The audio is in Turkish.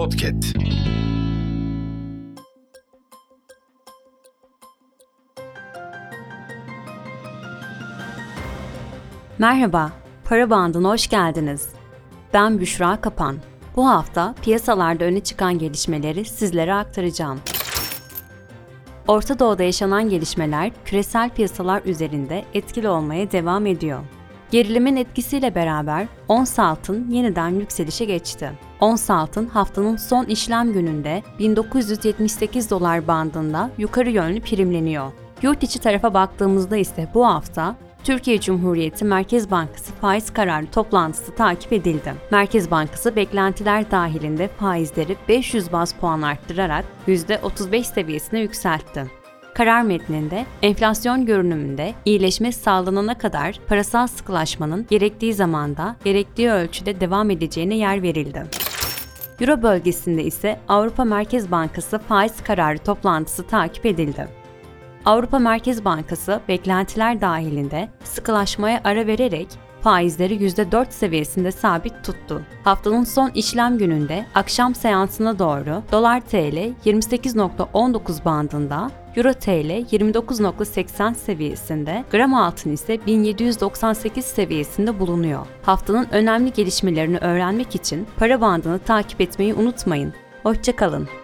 Podcast. Merhaba, Para Bandı'na hoş geldiniz. Ben Büşra Kapan. Bu hafta piyasalarda öne çıkan gelişmeleri sizlere aktaracağım. Orta Doğu'da yaşanan gelişmeler küresel piyasalar üzerinde etkili olmaya devam ediyor. Gerilimin etkisiyle beraber ons altın yeniden yükselişe geçti. Ons altın haftanın son işlem gününde 1978 dolar bandında yukarı yönlü primleniyor. Yurt içi tarafa baktığımızda ise bu hafta Türkiye Cumhuriyeti Merkez Bankası faiz kararı toplantısı takip edildi. Merkez Bankası beklentiler dahilinde faizleri 500 baz puan arttırarak %35 seviyesine yükseltti. Karar metninde enflasyon görünümünde iyileşme sağlanana kadar parasal sıkılaşmanın gerektiği zamanda, gerektiği ölçüde devam edeceğine yer verildi. Euro bölgesinde ise Avrupa Merkez Bankası faiz kararı toplantısı takip edildi. Avrupa Merkez Bankası beklentiler dahilinde sıkılaşmaya ara vererek faizleri %4 seviyesinde sabit tuttu. Haftanın son işlem gününde akşam seansına doğru Dolar TL 28.19 bandında, Euro TL 29.80 seviyesinde, gram altın ise 1798 seviyesinde bulunuyor. Haftanın önemli gelişmelerini öğrenmek için Para Bandı'nı takip etmeyi unutmayın. Hoşça kalın.